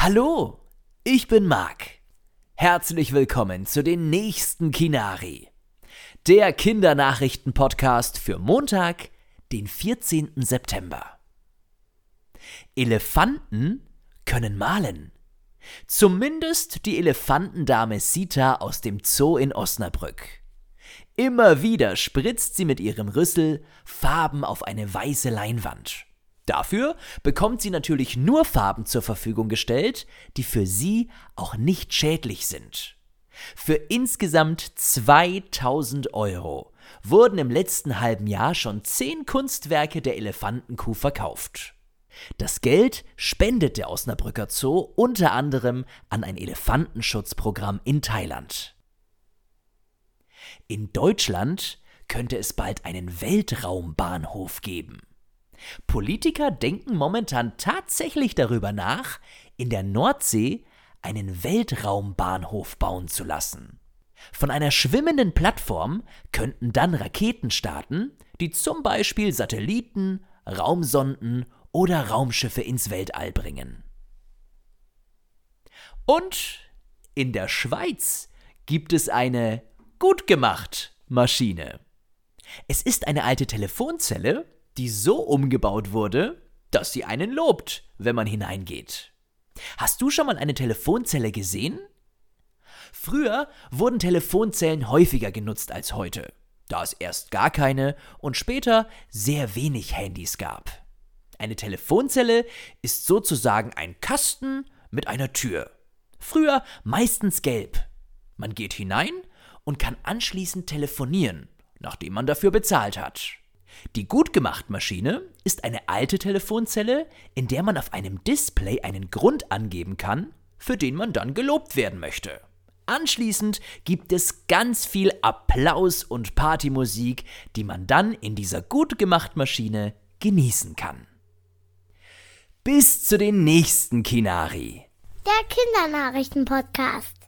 Hallo, ich bin Marc. Herzlich willkommen zu den nächsten Kinari. Der Kindernachrichten-Podcast für Montag, den 14. September. Elefanten können malen. Zumindest die Elefantendame Sita aus dem Zoo in Osnabrück. Immer wieder spritzt sie mit ihrem Rüssel Farben auf eine weiße Leinwand. Dafür bekommt sie natürlich nur Farben zur Verfügung gestellt, die für sie auch nicht schädlich sind. Für insgesamt 2.000 € wurden im letzten halben Jahr schon 10 Kunstwerke der Elefantenkuh verkauft. Das Geld spendet der Osnabrücker Zoo unter anderem an ein Elefantenschutzprogramm in Thailand. In Deutschland könnte es bald einen Weltraumbahnhof geben. Politiker denken momentan tatsächlich darüber nach, in der Nordsee einen Weltraumbahnhof bauen zu lassen. Von einer schwimmenden Plattform könnten dann Raketen starten, die zum Beispiel Satelliten, Raumsonden oder Raumschiffe ins Weltall bringen. Und in der Schweiz gibt es eine Gutgemacht-Maschine. Es ist eine alte Telefonzelle, die so umgebaut wurde, dass sie einen lobt, wenn man hineingeht. Hast du schon mal eine Telefonzelle gesehen? Früher wurden Telefonzellen häufiger genutzt als heute, da es erst gar keine und später sehr wenig Handys gab. Eine Telefonzelle ist sozusagen ein Kasten mit einer Tür. Früher meistens gelb. Man geht hinein und kann anschließend telefonieren, nachdem man dafür bezahlt hat. Die Gutgemacht-Maschine ist eine alte Telefonzelle, in der man auf einem Display einen Grund angeben kann, für den man dann gelobt werden möchte. Anschließend gibt es ganz viel Applaus und Partymusik, die man dann in dieser Gutgemacht-Maschine genießen kann. Bis zu den nächsten Kinari. Der Kindernachrichten-Podcast.